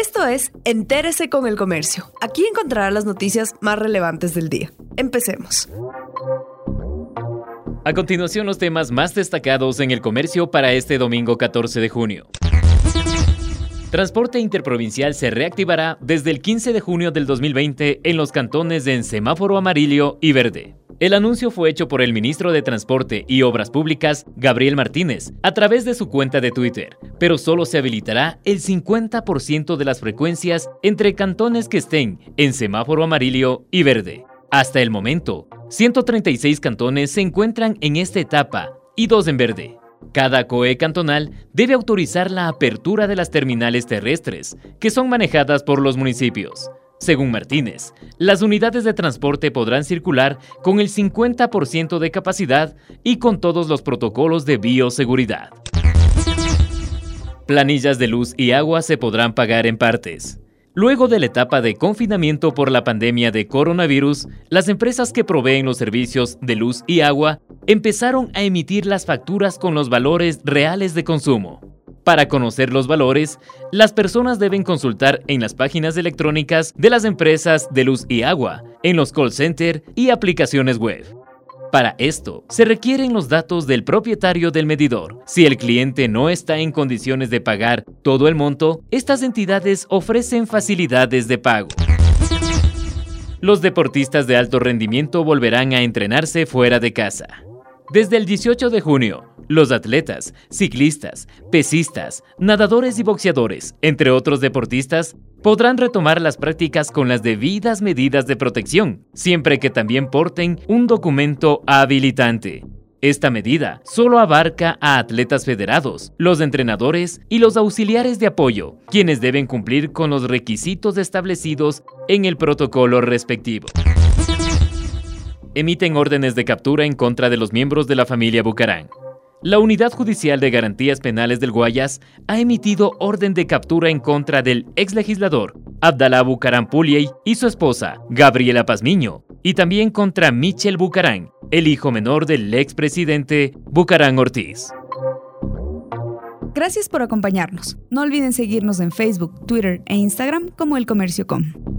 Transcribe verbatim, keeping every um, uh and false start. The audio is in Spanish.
Esto es Entérese con el Comercio. Aquí encontrará las noticias más relevantes del día. Empecemos. A continuación, los temas más destacados en el comercio para este domingo catorce de junio. Transporte interprovincial se reactivará desde el quince de junio del dos mil veinte en los cantones en semáforo amarillo y verde. El anuncio fue hecho por el ministro de Transporte y Obras Públicas, Gabriel Martínez, a través de su cuenta de Twitter, pero solo se habilitará el cincuenta por ciento de las frecuencias entre cantones que estén en semáforo amarillo y verde. Hasta el momento, ciento treinta y seis cantones se encuentran en esta etapa y dos en verde. Cada C O E cantonal debe autorizar la apertura de las terminales terrestres, que son manejadas por los municipios. Según Martínez, las unidades de transporte podrán circular con el cincuenta por ciento de capacidad y con todos los protocolos de bioseguridad. Planillas de luz y agua se podrán pagar en partes. Luego de la etapa de confinamiento por la pandemia de coronavirus, las empresas que proveen los servicios de luz y agua empezaron a emitir las facturas con los valores reales de consumo. Para conocer los valores, las personas deben consultar en las páginas electrónicas de las empresas de luz y agua, en los call center y aplicaciones web. Para esto, se requieren los datos del propietario del medidor. Si el cliente no está en condiciones de pagar todo el monto, estas entidades ofrecen facilidades de pago. Los deportistas de alto rendimiento volverán a entrenarse fuera de casa. Desde el dieciocho de junio, los atletas, ciclistas, pesistas, nadadores y boxeadores, entre otros deportistas, podrán retomar las prácticas con las debidas medidas de protección, siempre que también porten un documento habilitante. Esta medida solo abarca a atletas federados, los entrenadores y los auxiliares de apoyo, quienes deben cumplir con los requisitos establecidos en el protocolo respectivo. Emiten órdenes de captura en contra de los miembros de la familia Bucarán. La Unidad Judicial de Garantías Penales del Guayas ha emitido orden de captura en contra del exlegislador Abdalá Bucarán Puliey y su esposa, Gabriela Pazmiño, y también contra Michel Bucarán, el hijo menor del expresidente Bucarán Ortiz. Gracias por acompañarnos. No olviden seguirnos en Facebook, Twitter e Instagram como El Comercio punto com.